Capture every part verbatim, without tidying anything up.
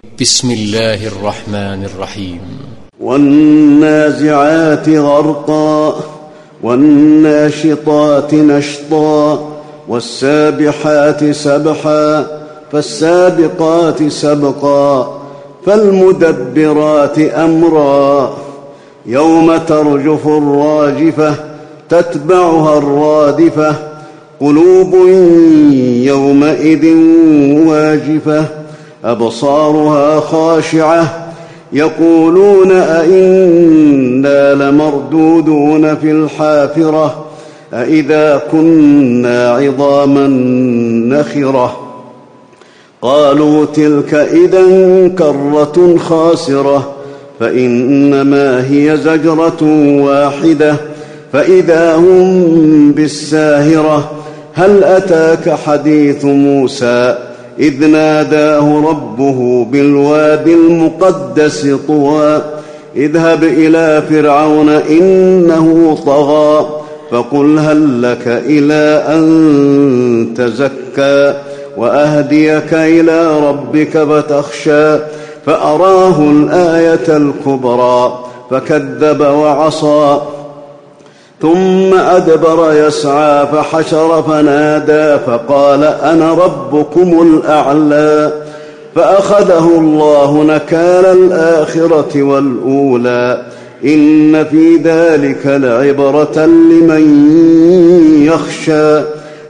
بسم الله الرحمن الرحيم. والنازعات غرقا والناشطات نشطا والسابحات سبحا فالسابقات سبقا فالمدبرات أمرا يوم ترجف الراجفة تتبعها الرادفة قلوب يومئذ واجفة أبصارها خاشعة يقولون أئنا لمردودون في الحافرة أئذا كنا عظاما نخرة قالوا تلك إذا كرة خاسرة فإنما هي زجرة واحدة فإذا هم بالساهرة هل أتاك حديث موسى إذ ناداه ربه بالوادي المقدس طوى اذهب إلى فرعون إنه طغى فقل هل لك إلى أن تزكى وأهديك إلى ربك فتخشى فأراه الآية الكبرى فكذب وعصى ثم أدبر يسعى فحشر فنادى فقال أنا ربكم الأعلى فأخذه الله نكال الآخرة والأولى إن في ذلك لعبرة لمن يخشى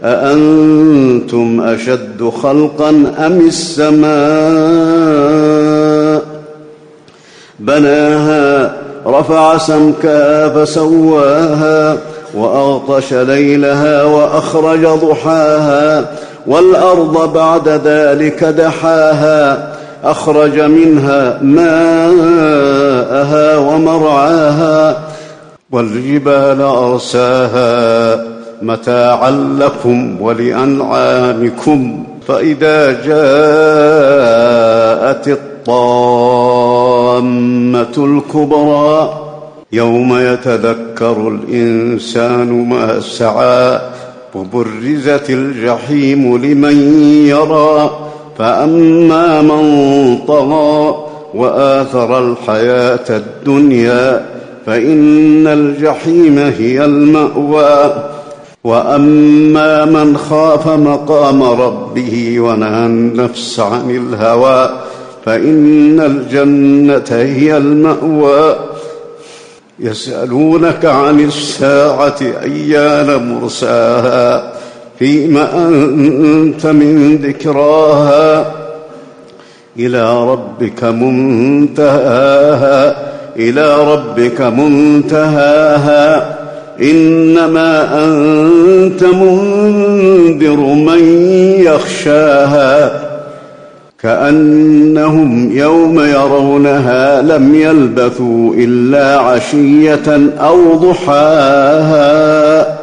أأنتم أشد خلقا أم السماء بناها رفع سمكها فسواها وأغطش ليلها وأخرج ضحاها والأرض بعد ذلك دحاها أخرج منها ماءها ومرعاها والجبال أرساها متاعا لكم ولأنعامكم فإذا جاءت الطامة الكبرى يوم يتذكر الإنسان ما سعى وبرزت الجحيم لمن يرى فأما من طغى وآثر الحياة الدنيا فإن الجحيم هي المأوى وأما من خاف مقام ربه ونهى النفس عن الهوى فإن الجنة هي المأوى يسألونك عن الساعة أيان مرساها فيم أنت من ذكراها إلى ربك منتهاها إلى ربك منتهاها إنما أنت منذر من يخشاها كأنهم يوم يرونها لم يلبثوا إلا عشية أو ضحاها